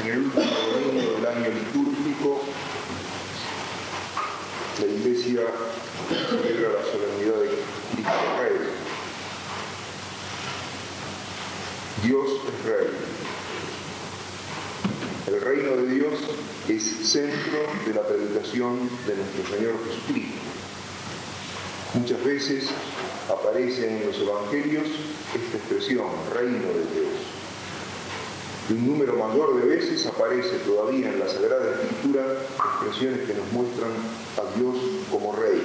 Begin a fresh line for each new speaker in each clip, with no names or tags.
En el último domingo del año litúrgico, la Iglesia celebra la solemnidad de Cristo Rey. Dios es Rey. El reino de Dios es centro de la predicación de nuestro Señor Jesucristo. Muchas veces aparece en los evangelios esta expresión, reino de Dios. Y un número mayor de veces aparece todavía en la Sagrada Escritura expresiones que nos muestran a Dios como Rey.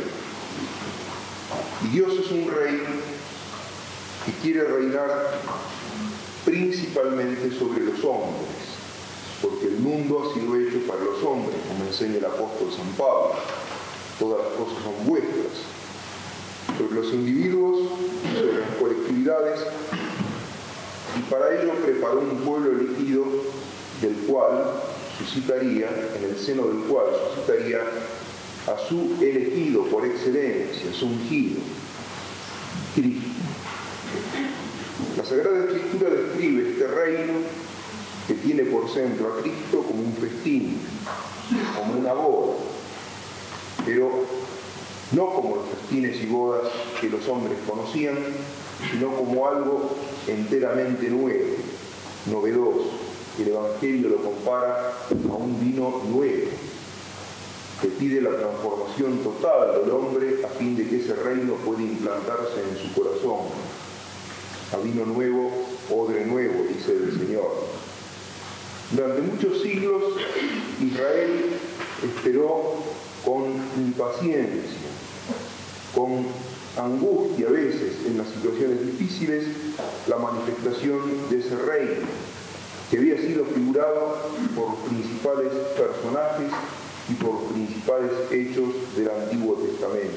Y Dios es un Rey que quiere reinar principalmente sobre los hombres, porque el mundo ha sido hecho para los hombres, como enseña el apóstol San Pablo. Todas las cosas son vuestras. Sobre los individuos, sobre las colectividades, y para ello preparó un pueblo elegido del cual suscitaría, en el seno del cual suscitaría a su elegido por excelencia, su ungido, Cristo. La Sagrada Escritura describe este reino que tiene por centro a Cristo como un festín, como una boda, pero no como los festines y bodas que los hombres conocían, sino como algo enteramente nuevo, novedoso. El Evangelio lo compara a un vino nuevo, que pide la transformación total del hombre a fin de que ese reino pueda implantarse en su corazón. A vino nuevo, odre nuevo, dice el Señor. Durante muchos siglos, Israel esperó con impaciencia, con angustia a veces en las situaciones difíciles, la manifestación de ese reino, que había sido figurado por los principales personajes y por los principales hechos del Antiguo Testamento.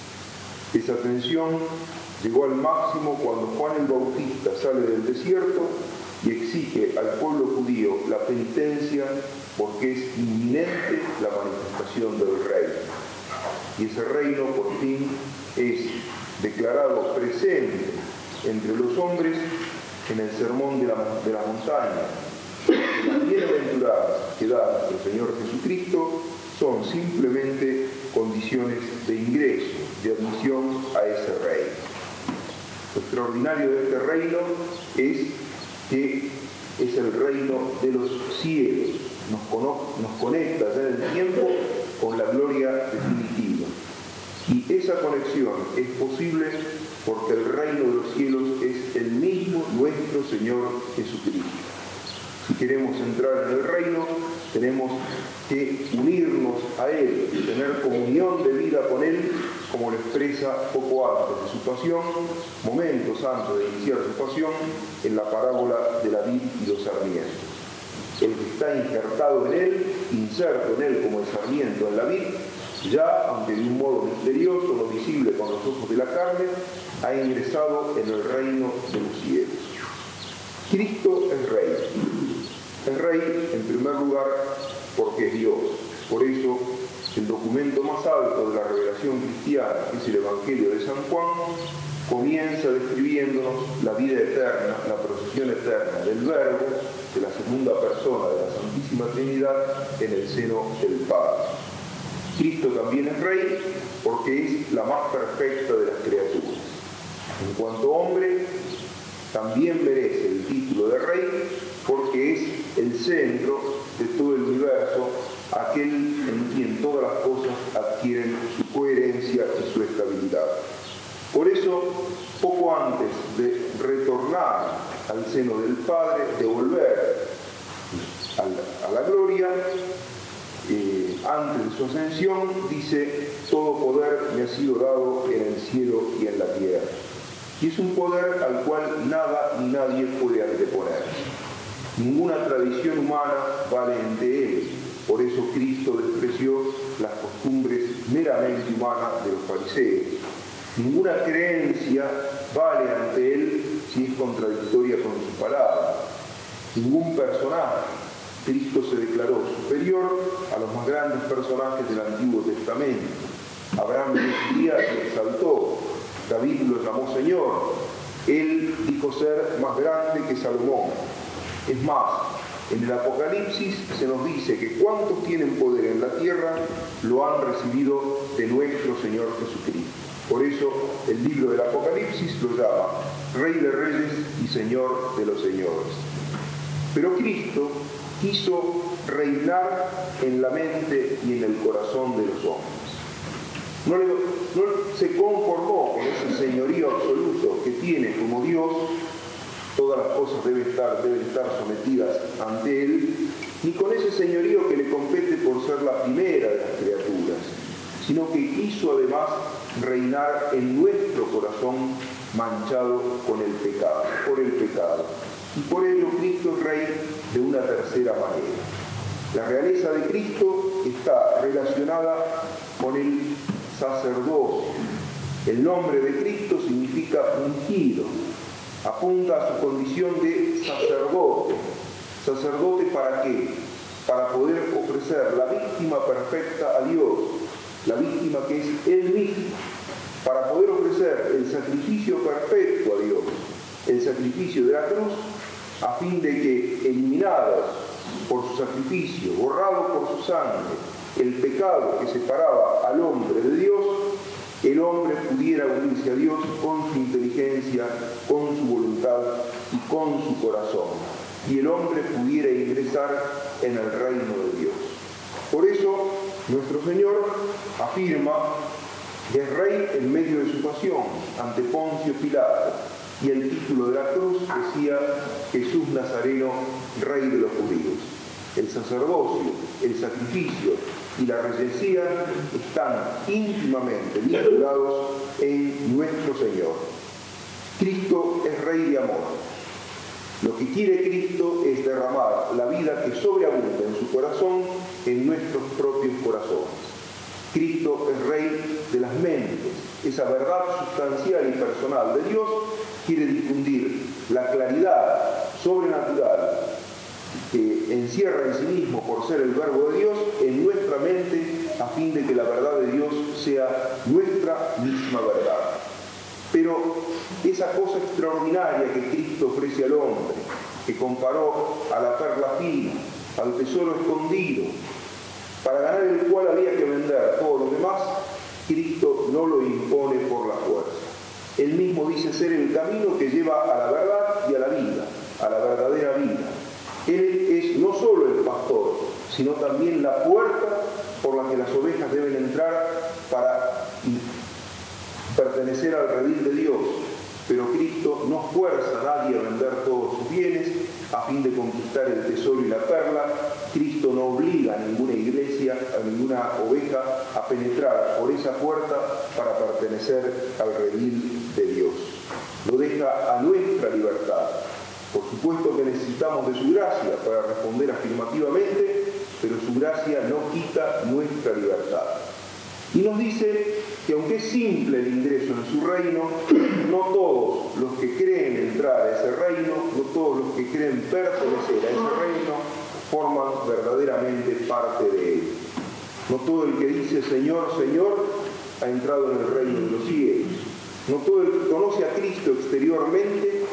Esa tensión llegó al máximo cuando Juan el Bautista sale del desierto y exige al pueblo judío la penitencia porque es inminente la manifestación del reino. Y ese reino por fin es declarado presente entre los hombres en el sermón de la montaña. Las bienaventuradas que da nuestro Señor Jesucristo son simplemente condiciones de ingreso, de admisión a ese reino. Lo extraordinario de este reino es que es el reino de los cielos, nos conecta ya en el tiempo con la gloria definitiva. Y esa conexión es posible porque el reino de los cielos es el mismo nuestro Señor Jesucristo. Si queremos entrar en el reino, tenemos que unirnos a Él, tener comunión de vida con Él, como lo expresa poco antes de su pasión, momentos antes de iniciar su pasión, en la parábola de la vid y los sarmientos. El que está injertado en Él, inserto en Él como el sarmiento en la vid, ya, aunque de un modo misterioso, no visible con los ojos de la carne, ha ingresado en el reino de los cielos. Cristo es Rey. Es Rey, en primer lugar, porque es Dios. Por eso, el documento más alto de la revelación cristiana, que es el Evangelio de San Juan, comienza describiéndonos la vida eterna, la procesión eterna del Verbo, de la segunda persona de la Santísima Trinidad, en el seno del Padre. Cristo también es Rey porque es la más perfecta de las criaturas. En cuanto hombre, también merece el título de Rey porque es el centro de todo el universo, aquel en quien todas las cosas adquieren su coherencia y su estabilidad. Por eso, poco antes de retornar al seno del Padre, de volver a la gloria, antes de su ascensión, dice: todo poder me ha sido dado en el cielo y en la tierra. Y es un poder al cual nada ni nadie puede anteponer. Ninguna tradición humana vale ante él. Por eso Cristo despreció las costumbres meramente humanas de los fariseos. Ninguna creencia vale ante él si es contradictoria con su palabra. Ningún personaje. Cristo se declaró superior a los más grandes personajes del Antiguo Testamento. Abraham le exaltó, David lo llamó Señor, él dijo ser más grande que Salomón. Es más, En el Apocalipsis se nos dice que cuantos tienen poder en la tierra lo han recibido de nuestro Señor Jesucristo. Por eso el libro del Apocalipsis lo llama Rey de Reyes y Señor de los Señores. Pero Cristo quiso reinar en la mente y en el corazón de los hombres. No se conformó con ese señorío absoluto que tiene como Dios. Todas las cosas deben estar sometidas ante Él, ni con ese señorío que le compete por ser la primera de las criaturas, sino que quiso además reinar en nuestro corazón manchado por el pecado. Y por ello Cristo es Rey de una tercera manera. La realeza de Cristo está relacionada con el sacerdocio. El nombre de Cristo significa ungido. Apunta a su condición de sacerdote. ¿Sacerdote para qué? Para poder ofrecer la víctima perfecta a Dios, la víctima que es Él mismo, para poder ofrecer el sacrificio perfecto a Dios, el sacrificio de la cruz, a fin de que, eliminados por su sacrificio, borrado por su sangre, el pecado que separaba al hombre de Dios, el hombre pudiera unirse a Dios con su inteligencia, con su voluntad y con su corazón, y el hombre pudiera ingresar en el reino de Dios. Por eso, nuestro Señor afirma que es Rey en medio de su pasión, ante Poncio Pilato, y el título de la cruz decía Jesús Nazareno, Rey de los judíos. El sacerdocio, el sacrificio y la reyesía están íntimamente vinculados en nuestro Señor. Cristo es Rey de amor. Lo que quiere Cristo es derramar la vida que sobreabunda en su corazón en nuestros propios corazones. Cristo es Rey de las mentes. Esa verdad sustancial y personal de Dios quiere difundir la claridad sobrenatural que encierra en sí mismo por ser el verbo de Dios en nuestra mente, a fin de que la verdad de Dios sea nuestra misma verdad. Pero esa cosa extraordinaria que Cristo ofrece al hombre, que comparó a la perla fina, al tesoro escondido, para ganar el cual había que vender todo lo demás, Cristo no lo impone por la fuerza. Él mismo dice ser el camino que lleva a la verdad y a la vida, a la verdadera vida. Él es no solo el pastor, sino también la puerta por la que las ovejas deben entrar para pertenecer al redil de Dios. Pero Cristo no fuerza a nadie a vender todos sus bienes a fin de conquistar el tesoro y la perla. Cristo no obliga a ninguna iglesia, a ninguna oveja a penetrar por esa puerta para pertenecer al redil de Dios. Lo deja a nuestra libertad. Por supuesto que necesitamos de su gracia para responder afirmativamente, pero su gracia no quita nuestra libertad. Y nos dice que aunque es simple el ingreso en su reino, no todos los que creen entrar a ese reino, no todos los que creen pertenecer a ese reino, forman verdaderamente parte de él. No todo el que dice Señor, Señor, ha entrado en el reino de los cielos. No todo el que conoce a Cristo exteriormente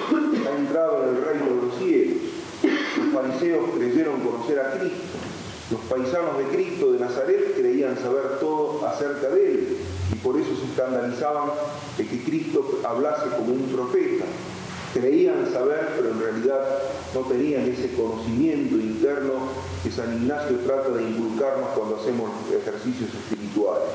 ha entrado en el reino de los cielos. Los fariseos creyeron conocer a Cristo. Los paisanos de Cristo de Nazaret creían saber todo acerca de él y por eso se escandalizaban de que Cristo hablase como un profeta. Creían saber, pero en realidad no tenían ese conocimiento interno que San Ignacio trata de inculcarnos cuando hacemos ejercicios espirituales.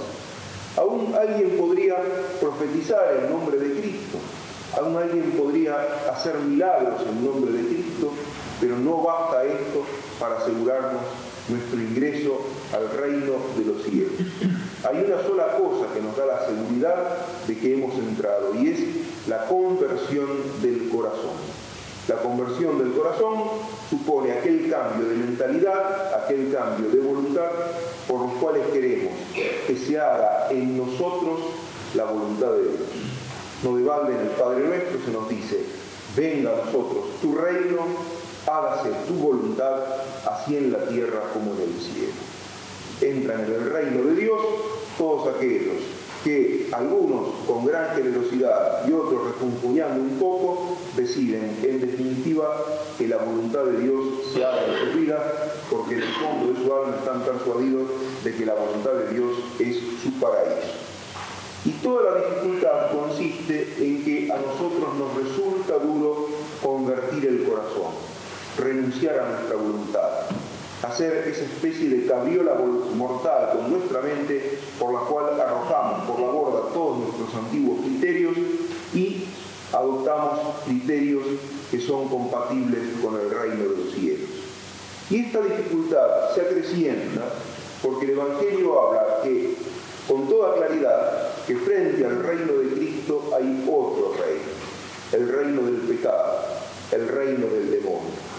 Aún alguien podría profetizar en nombre de Cristo, aún alguien podría hacer milagros en nombre de Cristo, pero no basta esto para asegurarnos nuestro ingreso al reino de los cielos. Hay una sola cosa que nos da la seguridad de que hemos entrado, y es la conversión del corazón. La conversión del corazón supone aquel cambio de mentalidad, aquel cambio de voluntad, por los cuales queremos que se haga en nosotros la voluntad de Dios. No de balde en el Padre Nuestro se nos dice: venga a nosotros tu reino, hágase tu voluntad, así en la tierra como en el cielo. Entran en el reino de Dios todos aquellos que algunos con gran generosidad y otros refunfuñando un poco deciden en definitiva que la voluntad de Dios se haga en su vida, porque en el fondo de su alma están persuadidos de que la voluntad de Dios es su paraíso. Y toda la dificultad consiste en que a nosotros nos resulta duro convertir el corazón, renunciar a nuestra voluntad, hacer esa especie de cabriola mortal con nuestra mente por la cual arrojamos por la borda todos nuestros antiguos criterios y adoptamos criterios que son compatibles con el reino de los cielos. Y esta dificultad se acrecienta porque el Evangelio habla que, con toda claridad, que frente al reino de Cristo hay otro reino, el reino del pecado, el reino del demonio.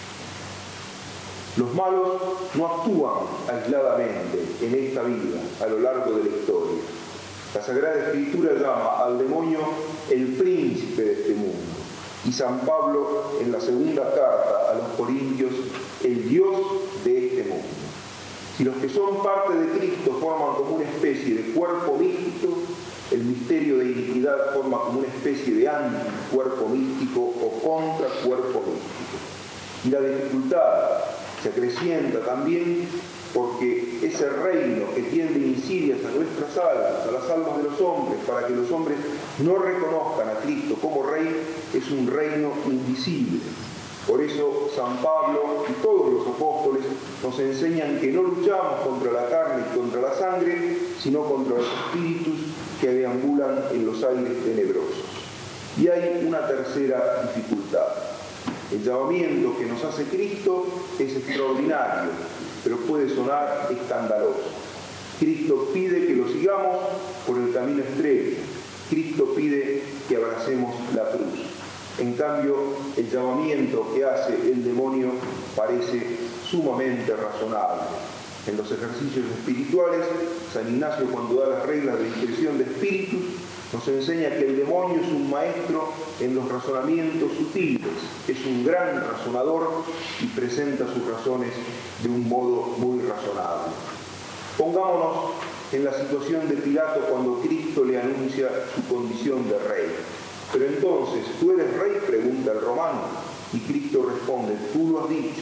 Los malos no actúan aisladamente en esta vida, a lo largo de la historia. La Sagrada Escritura llama al demonio el príncipe de este mundo. Y San Pablo, en la segunda carta a los Corintios, el Dios de este mundo. Si los que son parte de Cristo forman como una especie de cuerpo místico, el misterio de iniquidad forma como una especie de anticuerpo místico o contracuerpo místico. Y la dificultad se acrecienta también porque ese reino que tiende insidias a nuestras almas, a las almas de los hombres, para que los hombres no reconozcan a Cristo como Rey, es un reino invisible. Por eso San Pablo y todos los apóstoles nos enseñan que no luchamos contra la carne y contra la sangre, sino contra los espíritus que deambulan en los aires tenebrosos. Y hay una tercera dificultad. El llamamiento que nos hace Cristo es extraordinario, pero puede sonar escandaloso. Cristo pide que lo sigamos por el camino estrecho. Cristo pide que abracemos la cruz. En cambio, el llamamiento que hace el demonio parece sumamente razonable. En los ejercicios espirituales, San Ignacio, cuando da las reglas de discreción de espíritus, nos enseña que el demonio es un maestro en los razonamientos sutiles, es un gran razonador y presenta sus razones de un modo muy razonable. Pongámonos en la situación de Pilato cuando Cristo le anuncia su condición de rey. Pero entonces, ¿tú eres rey?, pregunta el romano, y Cristo responde, tú lo has dicho.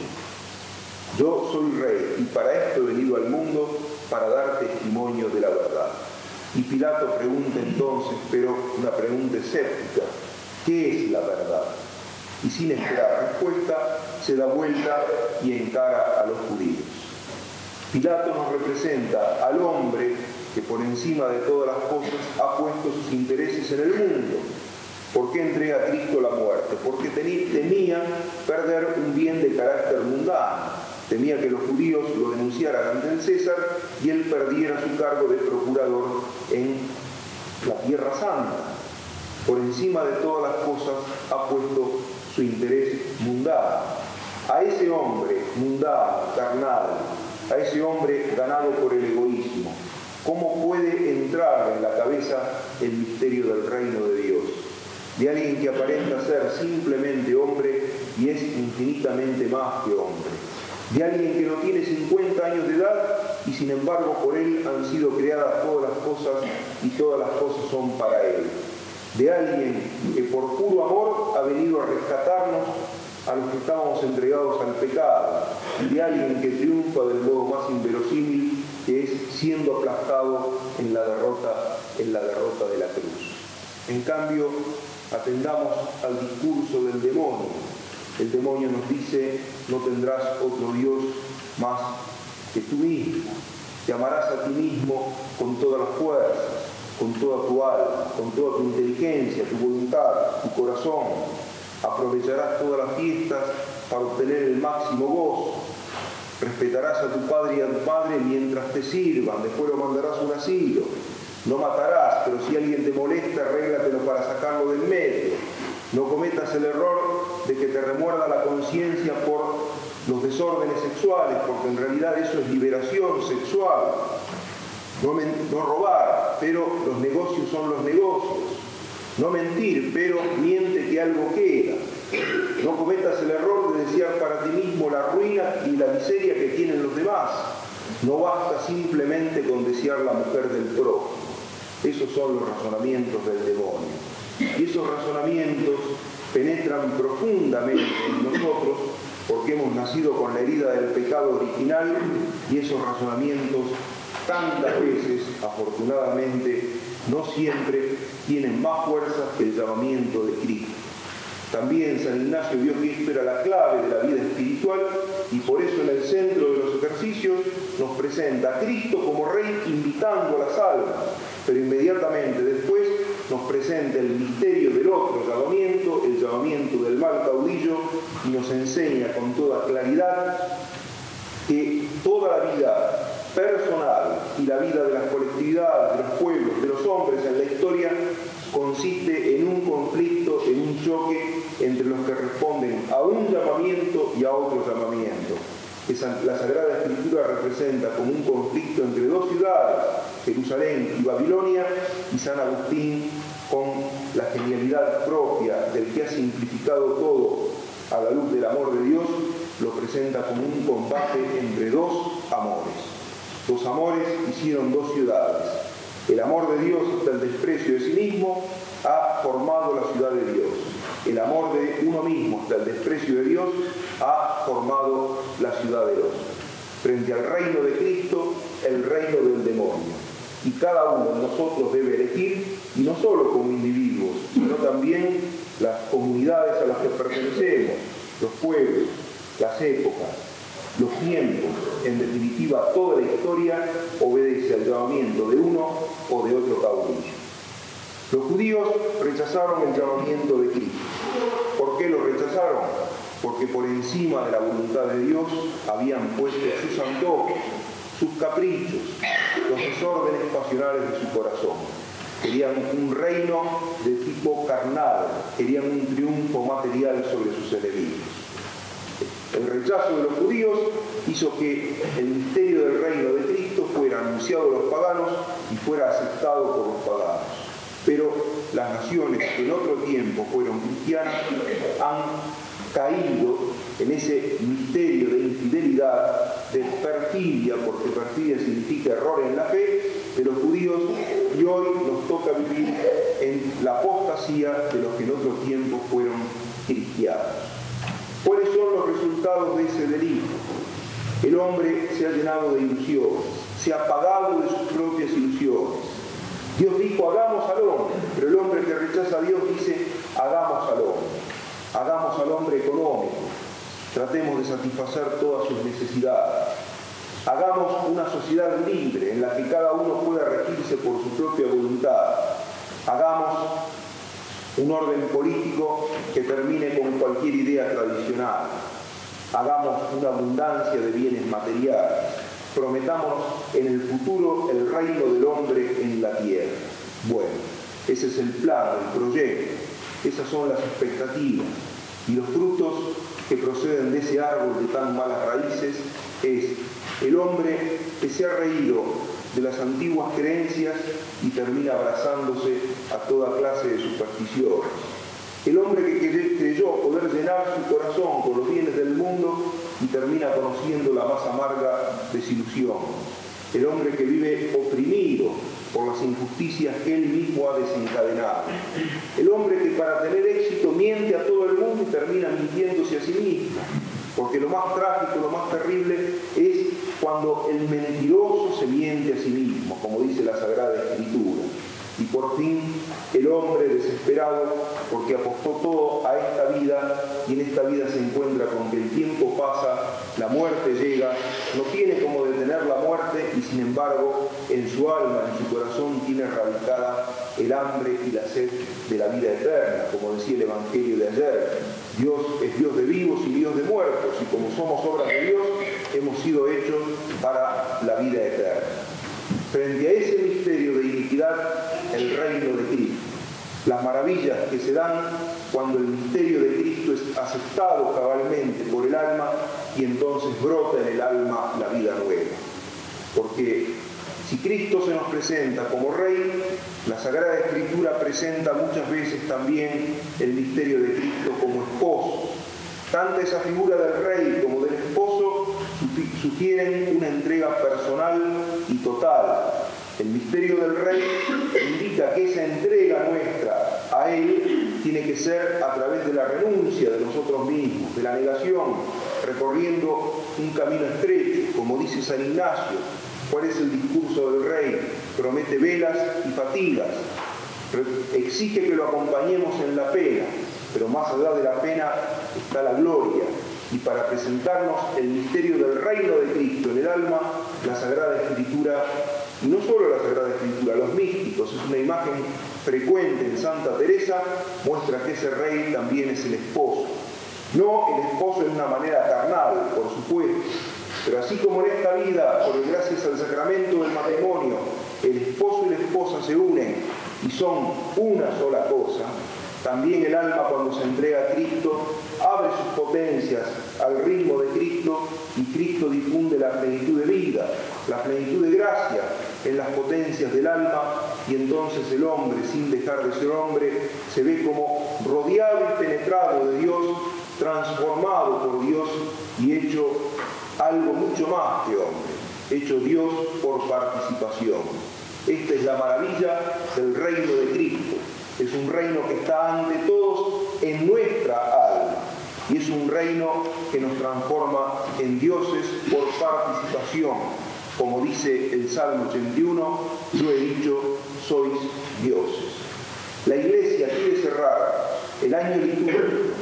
Yo soy rey y para esto he venido al mundo, para dar testimonio de la verdad. Y Pilato pregunta entonces, pero una pregunta escéptica, ¿qué es la verdad? Y sin esperar respuesta, se da vuelta y encara a los judíos. Pilato nos representa al hombre que por encima de todas las cosas ha puesto sus intereses en el mundo. ¿Por qué entrega a Cristo la muerte? Porque temía perder un bien de carácter mundano. Temía que los judíos lo denunciaran ante el César y él perdiera su cargo de procurador en la Tierra Santa. Por encima de todas las cosas ha puesto su interés mundano. A ese hombre mundano, carnal, a ese hombre ganado por el egoísmo, ¿cómo puede entrar en la cabeza el misterio del reino de Dios? De alguien que aparenta ser simplemente hombre y es infinitamente más que hombre. De alguien que no tiene 50 años de edad y sin embargo por él han sido creadas todas las cosas y todas las cosas son para él. De alguien que por puro amor ha venido a rescatarnos a los que estábamos entregados al pecado. Y de alguien que triunfa del modo más inverosímil, que es siendo aplastado en la derrota de la cruz. En cambio, atendamos al discurso del demonio. El demonio nos dice, no tendrás otro Dios más que tú mismo. Te amarás a ti mismo con todas las fuerzas, con toda tu alma, con toda tu inteligencia, tu voluntad, tu corazón. Aprovecharás todas las fiestas para obtener el máximo gozo. Respetarás a tu padre y a tu madre mientras te sirvan, después lo mandarás a un asilo. No matarás, pero si alguien te molesta, arréglatelo para sacarlo del medio. No cometas el error de que te remuerda la conciencia por los desórdenes sexuales, porque en realidad eso es liberación sexual. No robar, pero los negocios son los negocios. No mentir, pero miente que algo queda. No cometas el error de desear para ti mismo la ruina y la miseria que tienen los demás. No basta simplemente con desear la mujer del prójimo. Esos son los razonamientos del demonio. Y esos razonamientos penetran profundamente en nosotros porque hemos nacido con la herida del pecado original, y esos razonamientos tantas veces, afortunadamente, no siempre tienen más fuerza que el llamamiento de Cristo. También San Ignacio vio que esto era la clave de la vida espiritual, y por eso en el centro de los ejercicios nos presenta a Cristo como Rey invitando a las almas, pero inmediatamente después nos presenta el misterio del otro llamamiento, el llamamiento del mal caudillo, y nos enseña con toda claridad que toda la vida personal y la vida de las colectividades, de los pueblos, de los hombres en la historia consiste en un conflicto, en un choque entre los que responden a un llamamiento y a otro llamamiento. La Sagrada Escritura representa como un conflicto entre dos ciudades, Jerusalén y Babilonia, y San Agustín, con la genialidad propia del que ha simplificado todo a la luz del amor de Dios, lo presenta como un combate entre dos amores. Dos amores hicieron dos ciudades. El amor de Dios hasta el desprecio de sí mismo ha formado la ciudad de Dios. El amor de uno mismo hasta el desprecio de Dios ha formado la ciudad del hombre. Frente al reino de Cristo, el reino del demonio. Y cada uno de nosotros debe elegir, y no solo como individuos, sino también las comunidades a las que pertenecemos, los pueblos, las épocas, los tiempos, en definitiva toda la historia obedece al llamamiento de uno o de otro caudillo. Los judíos rechazaron el llamamiento de Cristo. ¿Por qué lo rechazaron? Porque por encima de la voluntad de Dios habían puesto sus antojos, sus caprichos, los desórdenes pasionales de su corazón. Querían un reino de tipo carnal, querían un triunfo material sobre sus enemigos. El rechazo de los judíos hizo que el misterio del reino de Cristo fuera anunciado a los paganos y fuera aceptado por los paganos. Pero las naciones que en otro tiempo fueron cristianas han caído en ese misterio de infidelidad, de perfidia, porque perfidia significa error en la fe, de los judíos, y hoy nos toca vivir en la apostasía de los que en otro tiempo fueron cristianos. ¿Cuáles son los resultados de ese delito? El hombre se ha llenado de ilusiones, se ha apagado de sus propias ilusiones. Dios dijo, hagamos al hombre, pero el hombre que rechaza a Dios dice, hagamos al hombre. Hagamos al hombre económico, tratemos de satisfacer todas sus necesidades. Hagamos una sociedad libre en la que cada uno pueda regirse por su propia voluntad. Hagamos un orden político que termine con cualquier idea tradicional. Hagamos una abundancia de bienes materiales. Prometámonos en el futuro el reino del hombre en la tierra. Bueno, ese es el plan, el proyecto. Esas son las expectativas. Y los frutos que proceden de ese árbol de tan malas raíces es el hombre que se ha reído de las antiguas creencias y termina abrazándose a toda clase de supersticiones. El hombre que creyó poder llenar su corazón con los bienes del mundo y termina conociendo la más amarga desilusión. El hombre que vive oprimido por las injusticias que él mismo ha desencadenado. El hombre que para tener éxito miente a todo el mundo y termina mintiéndose a sí mismo. Porque lo más trágico, lo más terrible es cuando el mentiroso se miente a sí mismo, como dice la Sagrada Escritura. Y por fin el hombre desesperado porque apostó todo a esta vida y en esta vida se encuentra con que el tiempo pasa, la muerte llega, no tiene cómo detener la muerte y sin embargo en su alma, en su corazón tiene radicada el hambre y la sed de la vida eterna, como decía el Evangelio de ayer. Dios es Dios de vivos y Dios de muertos y como somos obras de Dios hemos sido hechos para la vida eterna. Frente a ese misterio de iniquidad, el reino de Cristo. Las maravillas que se dan cuando el misterio de Cristo es aceptado cabalmente por el alma y entonces brota en el alma la vida nueva. Porque si Cristo se nos presenta como Rey, la Sagrada Escritura presenta muchas veces también el misterio de Cristo como esposo. Tanto esa figura del Rey como del esposo sugieren una entrega personal y total. El misterio del Rey indica que esa entrega nuestra a Él tiene que ser a través de la renuncia de nosotros mismos, de la negación, recorriendo un camino estrecho, como dice San Ignacio. ¿Cuál es el discurso del Rey? Promete velas y fatigas, exige que lo acompañemos en la pena, pero más allá de la pena está la gloria. Y para presentarnos el misterio del reino de Cristo en el alma, la Sagrada Escritura, y no solo la Sagrada Escritura, los místicos, es una imagen frecuente en Santa Teresa, muestra que ese rey también es el esposo. No el esposo en una manera carnal, por supuesto, pero así como en esta vida, gracias al sacramento del matrimonio, el esposo y la esposa se unen y son una sola cosa, también el alma, cuando se entrega a Cristo, abre sus potencias al ritmo de Cristo y Cristo difunde la plenitud de vida, la plenitud de gracia en las potencias del alma, y entonces el hombre, sin dejar de ser hombre, se ve como rodeado y penetrado de Dios, transformado por Dios y hecho algo mucho más que hombre, hecho Dios por participación. Esta es la maravilla del reino de Cristo. Es un reino que está ante todos en nuestra alma. Y es un reino que nos transforma en dioses por participación. Como dice el Salmo 81, yo he dicho, sois dioses. La Iglesia quiere cerrar el año litúrgico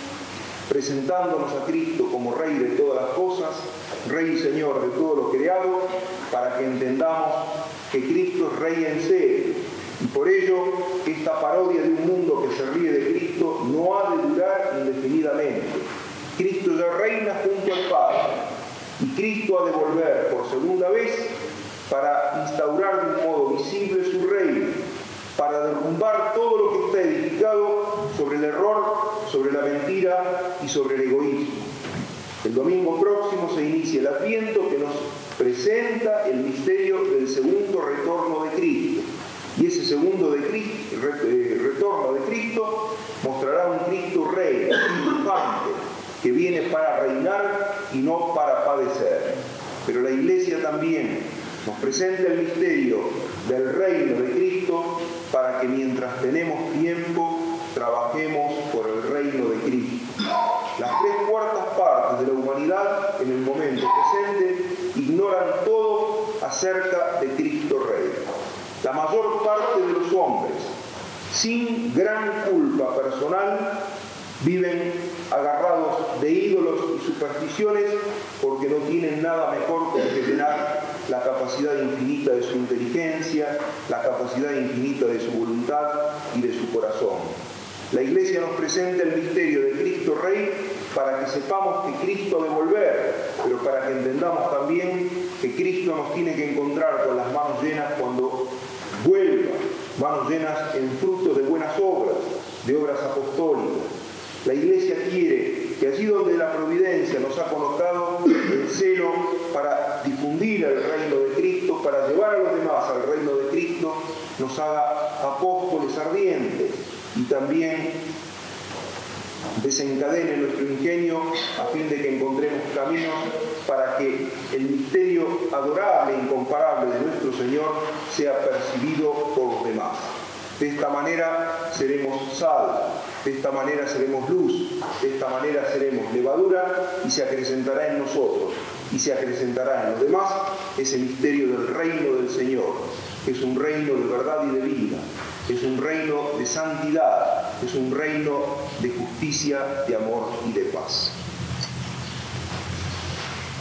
presentándonos a Cristo como Rey de todas las cosas, Rey y Señor de todo lo creado, para que entendamos que Cristo es Rey en serio. Y por ello, esta parodia de un mundo que se ríe de Cristo no ha de durar indefinidamente. Cristo ya reina junto al Padre, y Cristo ha de volver por segunda vez para instaurar de un modo visible su reino, para derrumbar todo lo que está edificado sobre el error, sobre la mentira y sobre el egoísmo. El domingo próximo se inicia el Adviento, que nos presenta el misterio del segundo retorno de Cristo. Y ese segundo retorno de Cristo mostrará un Cristo Rey, triunfante, que viene para reinar y no para padecer. Pero la Iglesia también nos presenta el misterio del reino de Cristo para que mientras tenemos tiempo trabajemos por el reino de Cristo. Las 3/4 partes de la humanidad en el momento presente ignoran todo acerca de Cristo Rey. La mayor parte de los hombres, sin gran culpa personal, viven agarrados de ídolos y supersticiones porque no tienen nada mejor que llenar la capacidad infinita de su inteligencia, la capacidad infinita de su voluntad y de su corazón. La Iglesia nos presenta el misterio de Cristo Rey para que sepamos que Cristo ha de volver, pero para que entendamos también que Cristo nos tiene que encontrar con las manos llenas cuando vuelva, manos llenas en frutos de buenas obras, de obras apostólicas. La Iglesia quiere que allí donde la providencia nos ha colocado el celo para difundir el reino de Cristo, para llevar a los demás al reino de Cristo, nos haga apóstoles ardientes y también desencadene nuestro ingenio a fin de que encontremos caminos para que el misterio adorable e incomparable de nuestro Señor sea percibido por los demás. De esta manera seremos sal, de esta manera seremos luz, de esta manera seremos levadura y se acrecentará en nosotros y se acrecentará en los demás ese misterio del reino del Señor, que es un reino de verdad y de vida, es un reino de santidad, es un reino de justicia, de amor y de paz.